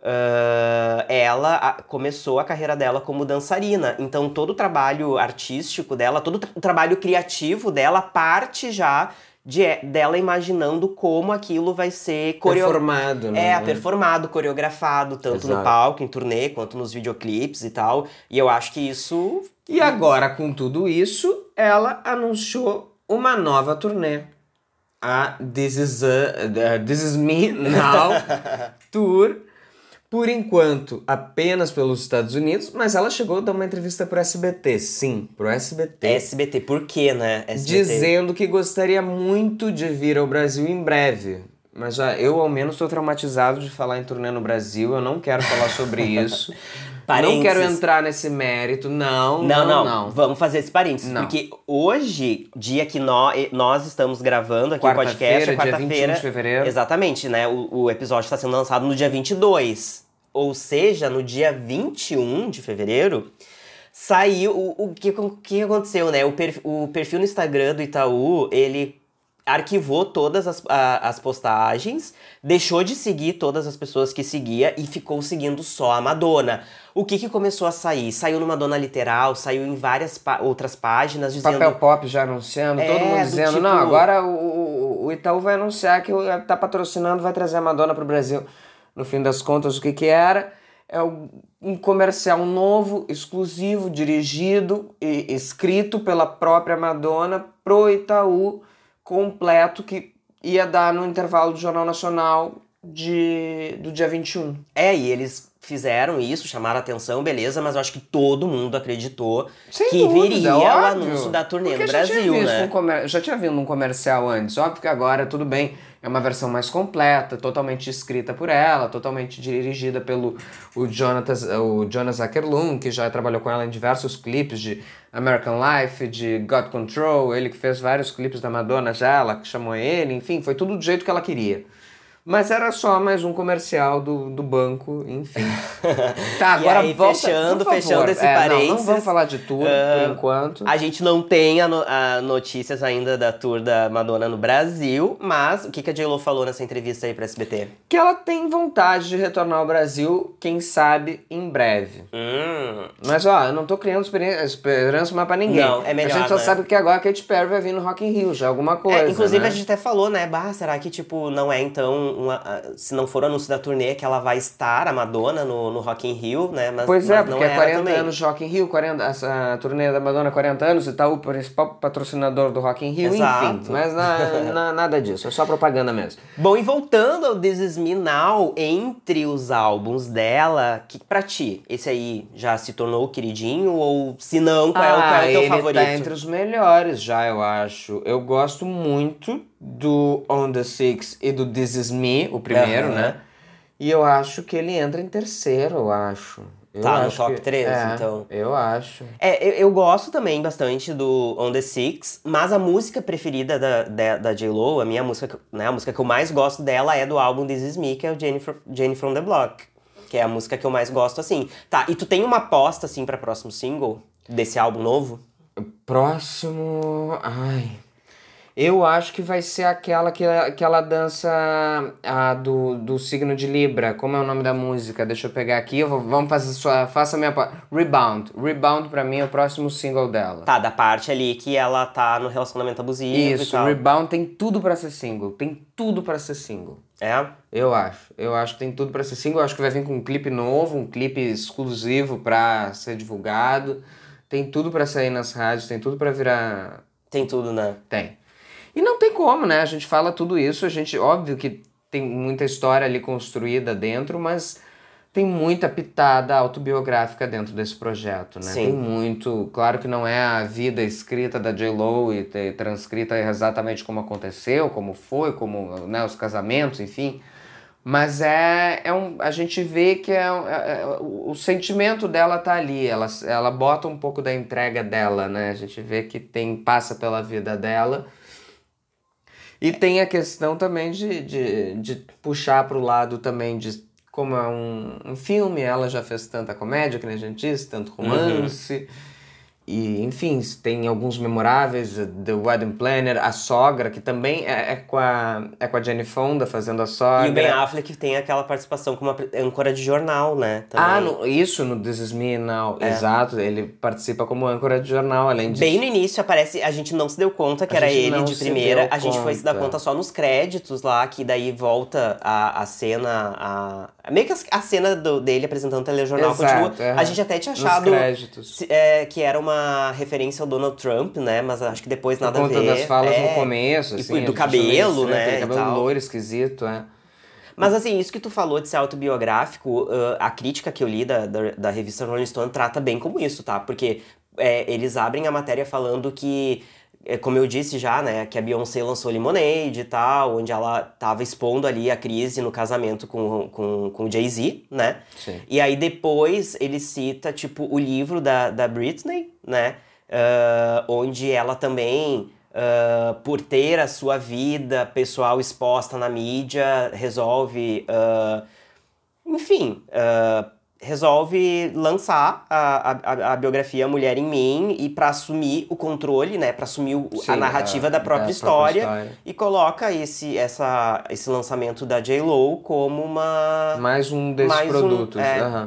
ela começou a carreira dela como dançarina. Então, todo o trabalho artístico dela, todo o trabalho criativo dela parte já dela imaginando como aquilo vai ser performado, né? Performado, coreografado, tanto Exato. no palco, em turnê, quanto nos videoclipes e tal. E eu acho que isso... E agora, com tudo isso, ela anunciou uma nova turnê. A This Is Me Now Tour. Por enquanto, apenas pelos Estados Unidos, mas ela chegou a dar uma entrevista pro SBT. Sim, pro SBT. SBT, por quê, né? SBT. Dizendo que gostaria muito de vir ao Brasil em breve. Mas já eu, ao menos, estou traumatizado de falar em turnê no Brasil. Eu não quero falar sobre isso. Não quero entrar nesse mérito. Não. Vamos fazer esse parênteses. Não. Porque hoje, dia que nós estamos gravando aqui o podcast, é quarta-feira. Dia 21 de fevereiro. Exatamente, né? O episódio está sendo lançado no dia 22. Ou seja, no dia 21 de fevereiro, saiu o que aconteceu, né? O perfil no Instagram do Itaú, ele arquivou todas as postagens, deixou de seguir todas as pessoas que seguia e ficou seguindo só a Madonna. O que começou a sair? Saiu no Madonna Literal, saiu em várias outras páginas dizendo... Papel Pop já anunciando, todo mundo dizendo, tipo... não, agora o Itaú vai anunciar que tá patrocinando, vai trazer a Madonna pro Brasil. No fim das contas, o que era? É um comercial novo, exclusivo, dirigido e escrito pela própria Madonna pro Itaú, completo, que ia dar no intervalo do Jornal Nacional do dia 21. E eles fizeram isso, chamaram a atenção, beleza, mas eu acho que todo mundo acreditou que dúvida, viria óbvio. o anúncio da turnê no Brasil, né? Já tinha vindo um comercial antes, óbvio que agora tudo bem, é uma versão mais completa, totalmente escrita por ela, totalmente dirigida pelo o Jonas Akerlund, que já trabalhou com ela em diversos clipes de American Life, de God Control, ele que fez vários clipes da Madonna já, ela que chamou ele, enfim, foi tudo do jeito que ela queria. Mas era só mais um comercial do banco, enfim. Tá, agora e aí, volta, fechando parênteses. esse parênteses. Não vamos falar de tudo, por enquanto. A gente não tem a notícias ainda da tour da Madonna no Brasil, mas o que a J.Lo falou nessa entrevista aí pra SBT? Que ela tem vontade de retornar ao Brasil, quem sabe, em breve. Mas, eu não tô criando esperança mais pra ninguém. Não, é melhor, a gente só né? sabe que agora a Katy Perry vai vir no Rock in Rio, já é alguma coisa, inclusive, né? a gente até falou, né? Será que, tipo, não é, então, se não for o anúncio da turnê, que ela vai estar, a Madonna, no Rock in Rio, né? Mas, Pois mas porque não é 40 também. anos de Rock in Rio, essa turnê da Madonna 40 anos, e tal, o principal patrocinador do Rock in Rio, Exato. enfim. Mas nada disso, é só propaganda mesmo. Bom, e voltando ao This Is Me Now, entre os álbuns dela, que pra ti, esse aí já se tornou o queridinho? Ou, se não, qual é o teu favorito? Ele tá entre os melhores já, eu acho. Eu gosto muito do On The Six e do This Is Me, o primeiro, né? E eu acho que ele entra em terceiro, eu acho. Eu Tá no acho top que- 3, então. Eu acho. Eu gosto também bastante do On The Six, mas a música preferida da J.Lo, a minha música, né, a música que eu mais gosto dela é do álbum This Is Me, que é o Jenny from the Block, que é a música que eu mais gosto, assim. Tá, e tu tem uma aposta, assim, pra próximo single desse álbum novo? Próximo. Ai. Eu acho que vai ser aquela que ela dança do signo de Libra. Como é o nome da música? Deixa eu pegar aqui. Vamos fazer sua. Faça a minha. Rebound. Rebound pra mim é o próximo single dela. Tá, da parte ali que ela tá no relacionamento abusivo e Isso, tal. Rebound tem tudo pra ser single. Tem tudo pra ser single. É? Eu acho. Eu acho que tem tudo pra ser single. Eu acho que vai vir com um clipe novo, um clipe exclusivo pra ser divulgado. Tem tudo pra sair nas rádios, tem tudo pra virar. Tem tudo, né? Tem. E não tem como, né? A gente fala tudo isso, a gente, óbvio que tem muita história ali construída dentro, mas tem muita pitada autobiográfica dentro desse projeto, né? Sim. Tem muito, claro que não é a vida escrita da J.Lo e transcrita exatamente como aconteceu, como foi, como, né, os casamentos, enfim. Mas a gente vê que o sentimento dela tá ali, ela bota um pouco da entrega dela, né? A gente vê que passa pela vida dela. E tem a questão também de puxar pro lado também de como é um filme, ela já fez tanta comédia, que nem a gente disse, tanto romance. E, enfim, tem alguns memoráveis, The Wedding Planner, A Sogra, que também é com a Jane Fonda fazendo a sogra. E o Ben Affleck tem aquela participação como âncora de jornal, né? Também. Isso no This Is Me Now, exato, ele participa como âncora de jornal, além disso. Bem no início aparece, a gente não se deu conta que A era gente ele não de se primeira, deu a gente foi se dar conta. conta só nos créditos lá, que daí volta a cena, meio que a cena dele apresentando o telejornal Exato, continua. A gente até tinha nos achado créditos. que era uma referência ao Donald Trump, né? Mas acho que depois nada a Por ver. conta das falas no começo, E assim. do a gente achou meio cabelo, estranho, né? aquele e cabelo tal. loiro, esquisito, Mas assim, isso que tu falou de ser autobiográfico, a crítica que eu li da revista Rolling Stone trata bem como isso, tá? Porque eles abrem a matéria falando que, como eu disse já, né, que a Beyoncé lançou Lemonade e tal, onde ela tava expondo ali a crise no casamento com o Jay-Z, né? Sim. E aí depois ele cita, tipo, o livro da Britney, né? Onde ela também, por ter a sua vida pessoal exposta na mídia, resolve, resolve lançar a biografia Mulher em Mim e para assumir o controle, né, para assumir Sim, a narrativa da própria história, e coloca esse lançamento da J.Lo como Mais um desses mais produtos. aham.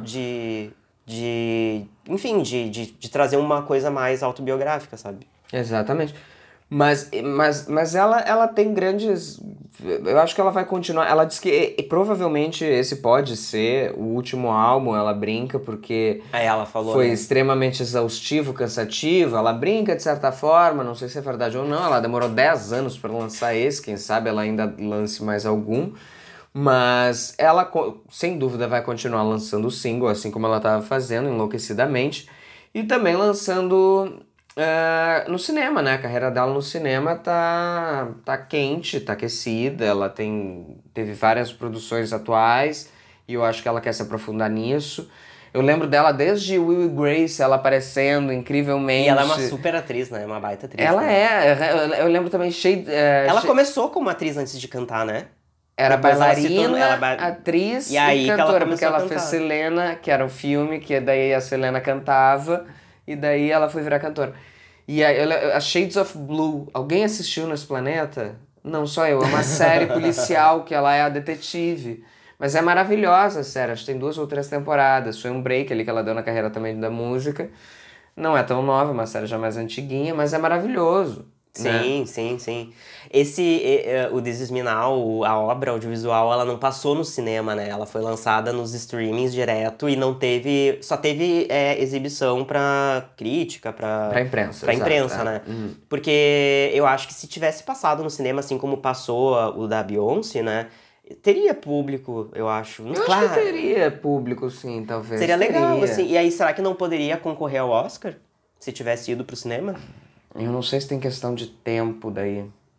enfim, de trazer uma coisa mais autobiográfica, sabe? Exatamente. Mas ela tem grandes. Eu acho que ela vai continuar. Ela diz que provavelmente esse pode ser o último álbum, ela brinca, porque Aí ela falou, foi né? extremamente exaustivo, cansativo. Ela brinca de certa forma, não sei se é verdade ou não. Ela demorou 10 anos para lançar esse, quem sabe ela ainda lance mais algum. Mas ela, sem dúvida, vai continuar lançando o single, assim como ela estava fazendo, enlouquecidamente. E também lançando no cinema, né? A carreira dela no cinema tá quente, tá aquecida. Ela teve várias produções atuais e eu acho que ela quer se aprofundar nisso. Eu lembro dela desde Will e Grace, ela aparecendo incrivelmente. E ela é uma super atriz, né? Uma baita atriz. Ela né? eu lembro também Ela começou como atriz antes de cantar, né? Era Depois ela se bailarina, tornou- atriz E aí que ela cantora, começou porque a ela cantar. fez Selena, que era o filme, que daí a Selena cantava, e daí ela foi virar cantora. E aí, a Shades of Blue, alguém assistiu nesse planeta? Não, só eu. É uma série policial que ela é a detetive. Mas é maravilhosa a série, acho que tem 2 ou 3 temporadas. Foi um break ali que ela deu na carreira também da música. Não é tão nova, é uma série já mais antiguinha, mas é maravilhoso. Né? Sim. O This Is Me Now, a obra audiovisual, ela não passou no cinema, né? Ela foi lançada nos streamings direto e só teve exibição pra crítica, Pra imprensa. pra exato, imprensa, né? Porque eu acho que se tivesse passado no cinema, assim como passou o da Beyoncé, né? Teria público, eu acho. Eu acho que teria público, sim, talvez. Seria legal, Teria. assim. E aí, será que não poderia concorrer ao Oscar? Se tivesse ido pro cinema? Eu não sei se tem questão de tempo daí.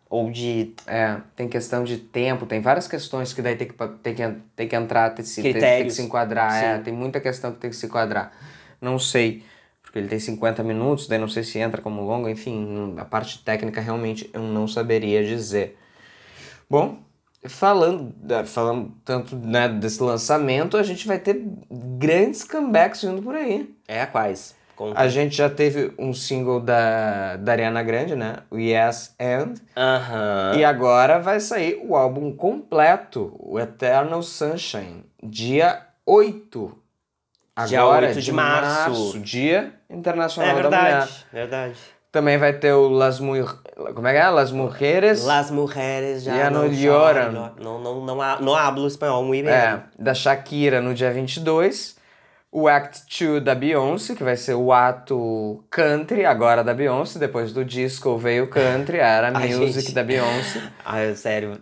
Ou de Tem questão de tempo, tem várias questões que daí tem que entrar, tem que se critérios. enquadrar. Sim. Tem muita questão que tem que se enquadrar. Não sei, porque ele tem 50 minutos, daí não sei se entra como longo, enfim, a parte técnica realmente eu não saberia dizer. Bom, falando tanto, né, desse lançamento, a gente vai ter grandes comebacks vindo por aí. Quais? Conta. A gente já teve um single da Ariana Grande, né? O Yes and. Aham. E agora vai sair o álbum completo, o Eternal Sunshine, dia 8. Dia Agora, 8 de março. Dia Internacional É da Mulher. verdade, verdade. Também vai ter o Como é que é? Las Mujeres. Las mujeres Ya já no não lloran. choram. Não hablo espanhol muito bem. Da Shakira no dia 22. O Act 2 da Beyoncé, que vai ser o ato country agora da Beyoncé. Depois do disco veio o country, era a music gente. da Beyoncé. Ai, sério.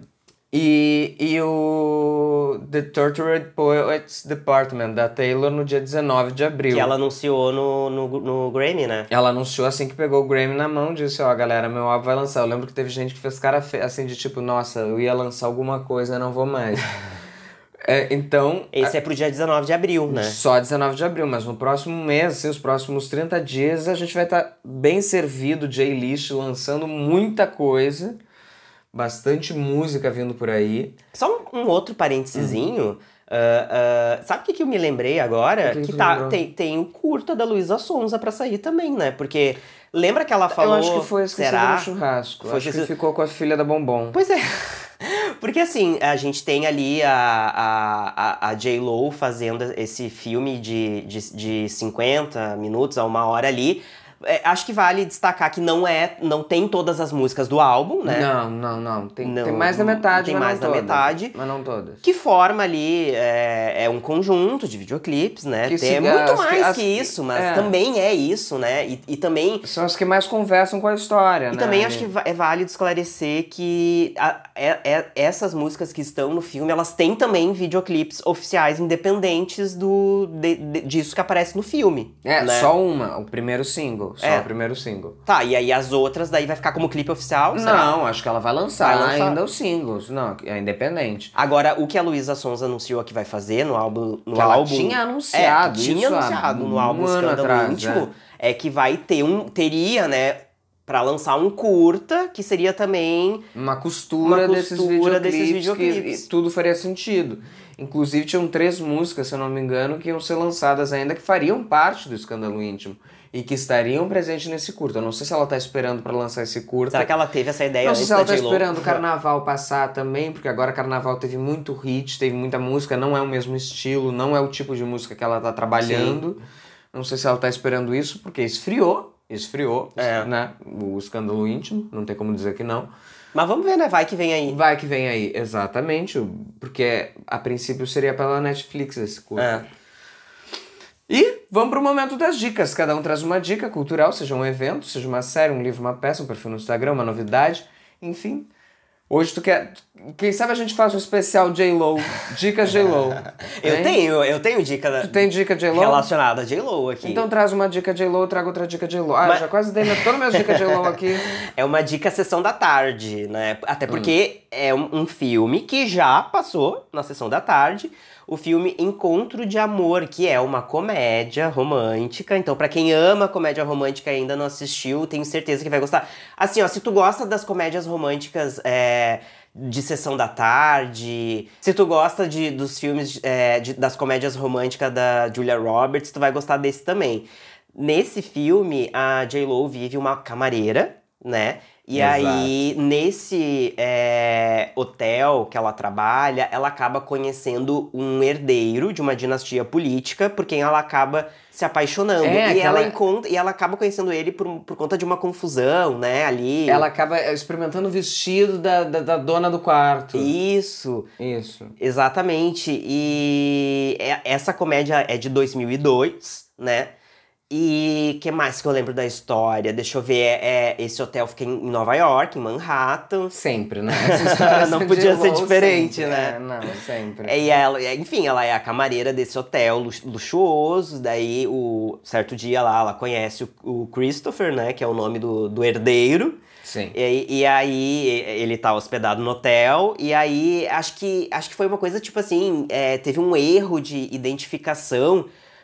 E o The Tortured Poets Department da Taylor no dia 19 de abril. Que ela anunciou no Grammy, né? Ela anunciou assim que pegou o Grammy na mão, disse, ó, galera, meu álbum vai lançar. Eu lembro que teve gente que fez cara assim de tipo, nossa, eu ia lançar alguma coisa, não vou mais. Então... Esse é pro dia 19 de abril, né? Só 19 de abril, mas no próximo mês, assim, os próximos 30 dias, a gente vai estar bem servido de A-List, lançando muita coisa. Bastante música vindo por aí. Só um outro parêntesezinho. Sabe o que eu me lembrei agora? Que tem o curta da Luísa Sonza pra sair também, né? Porque lembra que ela falou... Eu acho que foi esquecido no churrasco. Acho que ficou com a filha da Bombom. Pois é. Porque assim, a gente tem ali a J.Lo fazendo esse filme de 50 minutos a 1 hora ali. Acho que vale destacar que não tem todas as músicas do álbum, né? Não. Tem mais da metade, tem mas mais não da todas. metade. Mas não todas. Que forma ali um conjunto de videoclipes, né? Que Tem muito mais que isso, mas também é isso, né? E também... São as que mais conversam com a história, né? E também acho que é válido esclarecer que essas músicas que estão no filme, elas têm também videoclipes oficiais independentes disso que aparece no filme. né? Só o primeiro single. Só o primeiro single. Tá, e aí as outras daí vai ficar como clipe oficial? Será? Não, acho que ela vai lançar ainda os singles. Não, é independente. Agora, o que a Luísa Sonza anunciou que vai fazer no álbum... Ela tinha anunciado no álbum Escândalo Íntimo, que teria, né, pra lançar um curta, que seria também... Uma costura desses videoclipes. Que tudo faria sentido. Inclusive, tinham 3 músicas, se eu não me engano, que iam ser lançadas ainda, que fariam parte do Escândalo Íntimo. E que estariam presentes nesse curta. Eu não sei se ela tá esperando pra lançar esse curta. Será que ela teve essa ideia antes da J.Lo? Não sei se ela tá J.Lo? esperando o Carnaval passar também, porque agora Carnaval teve muito hit, teve muita música, não é o mesmo estilo, não é o tipo de música que ela tá trabalhando. Sim. Não sei se ela tá esperando isso, porque esfriou, né? O Escândalo Íntimo, não tem como dizer que não. Mas vamos ver, né? Vai que vem aí. Exatamente, porque a princípio seria pela Netflix esse curta. E vamos pro momento das dicas. Cada um traz uma dica cultural, seja um evento, seja uma série, um livro, uma peça, um perfil no Instagram, uma novidade, enfim. Hoje tu quer... Quem sabe a gente faz um especial J.Lo. Dicas J.Lo. Eu tenho dica... Tu tem dica J.Lo? Relacionada a J.Lo aqui. Então traz uma dica J.Lo, eu trago outra dica J.Lo. Eu já quase dei todas as minhas dicas J.Lo aqui. É uma dica Sessão da Tarde, né? Até porque é um filme que já passou na Sessão da Tarde. O filme Encontro de Amor, que é uma comédia romântica. Então, pra quem ama comédia romântica e ainda não assistiu, tenho certeza que vai gostar. Assim, ó, se tu gosta das comédias românticas de Sessão da Tarde, se tu gosta dos filmes, das comédias românticas da Julia Roberts, tu vai gostar desse também. Nesse filme, a J.Lo vive uma camareira, né? E Exato. aí, nesse hotel que ela trabalha, ela acaba conhecendo um herdeiro de uma dinastia política, por quem ela acaba se apaixonando. E ela acaba conhecendo ele por conta de uma confusão, né, ali. Ela acaba experimentando o vestido da dona do quarto. Isso. Exatamente. E essa comédia é de 2002, né? E que mais que eu lembro da história? Deixa eu ver, esse hotel fica em Nova York, em Manhattan. Sempre, né? Não podia ser diferente, sempre, né? Não, sempre. E ela, enfim, ela é a camareira desse hotel luxuoso, daí certo dia lá ela conhece o Christopher, né, que é o nome do herdeiro. Sim. E aí ele tá hospedado no hotel, e aí acho que foi uma coisa tipo assim, teve um erro de identificação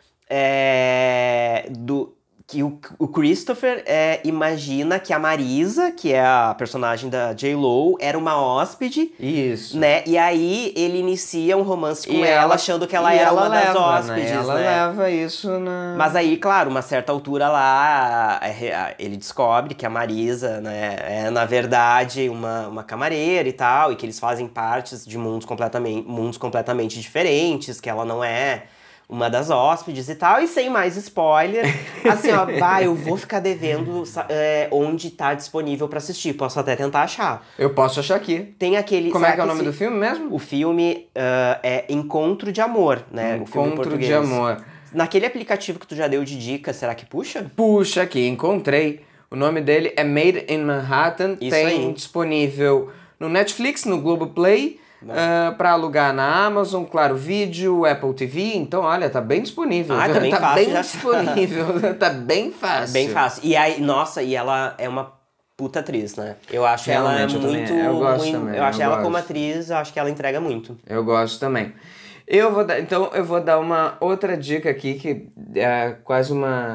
que o Christopher imagina que a Marisa, que é a personagem da J.Lo, era uma hóspede. Isso. Né? E aí ele inicia um romance com ela, achando que ela era uma das hóspedes, né? Ela leva isso na... Mas aí, claro, uma certa altura lá, ele descobre que a Marisa, né, é na verdade uma camareira e tal, e que eles fazem partes de mundos completamente diferentes, que ela não é uma das hóspedes e tal, e sem mais spoiler, assim, ó, eu vou ficar devendo onde tá disponível pra assistir, posso até tentar achar. Eu posso achar aqui. Tem aquele... Como é que é o nome do filme mesmo? O filme é Encontro de Amor, né? O filme em Encontro português. de Amor. Naquele aplicativo que tu já deu de dica, será que puxa? Puxa aqui, encontrei. O nome dele é Made in Manhattan. Isso Tem aí. disponível no Netflix, no Globoplay, pra alugar na Amazon, Claro Vídeo, Apple TV. Então, olha, tá bem disponível. Tá bem tá fácil bem de achar. disponível. Tá bem fácil. Bem fácil. E aí, nossa, e ela é uma puta atriz, né? Eu acho Realmente, ela muito... eu gosto também. Eu acho ela como atriz, eu acho que ela entrega muito. Eu gosto também. Eu vou dar uma outra dica aqui, que é quase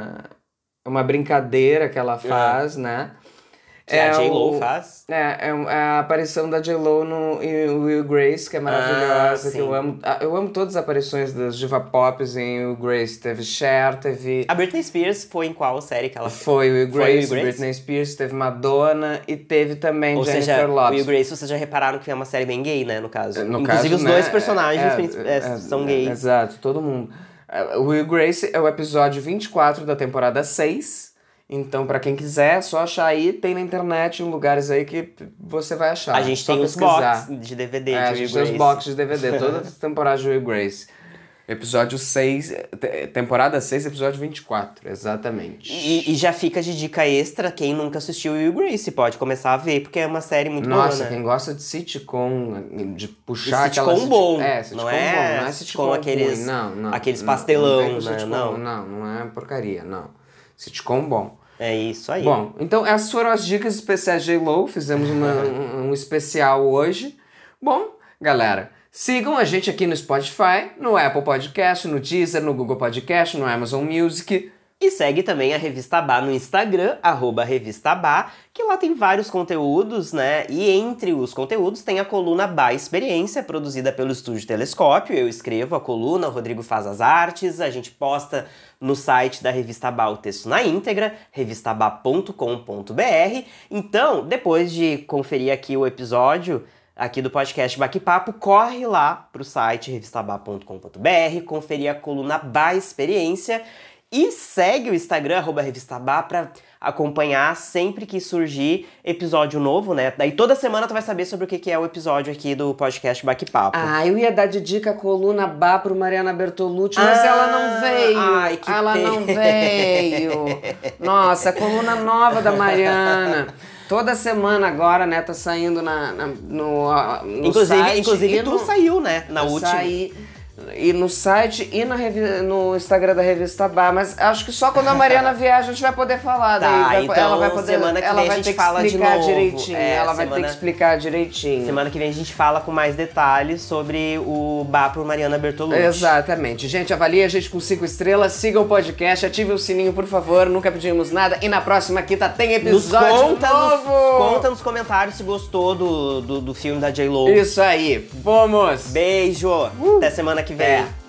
uma brincadeira que ela faz, né? Que a J.Lo faz. É a aparição da J.Lo em Will Grace, que é maravilhosa, sim. que eu amo todas as aparições das diva pops em Will Grace. Teve Cher, teve... A Britney Spears foi em qual série que ela Foi Will Grace, Will Grace? Britney Spears, teve Madonna e teve também Ou Jennifer seja, Lopez. Will Grace, vocês já repararam que é uma série bem gay, né, no caso. No Inclusive caso, os né, dois personagens são gays. Exato, todo mundo. O Will Grace é o episódio 24 da temporada 6. Então, pra quem quiser, é só achar aí. Tem na internet, em lugares aí que você vai achar. A gente só tem os pesquisar. box de DVD de A Will gente tem os Grace. box de DVD, toda a temporada de Will Grace. Episódio 6, temporada 6, episódio 24, exatamente. E já fica de dica extra, quem nunca assistiu Will Grace pode começar a ver, porque é uma série muito Nossa, boa, né? quem gosta de sitcom, de puxar sitcom aquela... bom, sitcom não bom, é não é sitcom aqueles- ruim, não. aqueles pastelão, vem com né? sitcom, Não. não é porcaria, não. Sitcom bom. É isso aí. Bom, então essas foram as dicas especiais de J.Lo, fizemos um especial hoje. Bom, galera, sigam a gente aqui no Spotify, no Apple Podcast, no Deezer, no Google Podcast, no Amazon Music. E segue também a Revista Bá no Instagram, @RevistaBá, que lá tem vários conteúdos, né? E entre os conteúdos tem a coluna Bá Experiência, produzida pelo Estúdio Telescópio. Eu escrevo a coluna, o Rodrigo faz as artes, a gente posta no site da Revista Bá o texto na íntegra, revistabá.com.br. Então, depois de conferir aqui o episódio aqui do podcast Bate-Papo, corre lá pro site revistabá.com.br, conferir a coluna Bá Experiência e segue o Instagram, @RevistaBá, pra acompanhar sempre que surgir episódio novo, né? Daí toda semana tu vai saber sobre o que é o episódio aqui do podcast Bate-Papo. Eu ia dar de dica a coluna Bá pro Mariana Bertolucci, mas ela não veio. Ai, que ela pena. não veio. Nossa, a coluna nova da Mariana. Toda semana agora, né, tá saindo no site. Inclusive tu saiu, né? Na última. Saí. E no site e no Instagram da Revista Bá, mas acho que só quando a Mariana viaja a gente vai poder falar. Tá, daí então ela vai poder, semana que ela vem vai a gente ter que fala de explicar novo. direitinho. Ela vai ter semana- que explicar direitinho. Semana que vem a gente fala com mais detalhes sobre o Bá pro Mariana Bertolucci. Exatamente. Gente, avalie a gente com 5 estrelas, siga o podcast, ative o sininho, por favor, nunca pedimos nada. E na próxima quinta tem episódio novo! Conta nos comentários se gostou do filme da J.Lo. Isso aí, fomos! Beijo! Até semana que vem. É.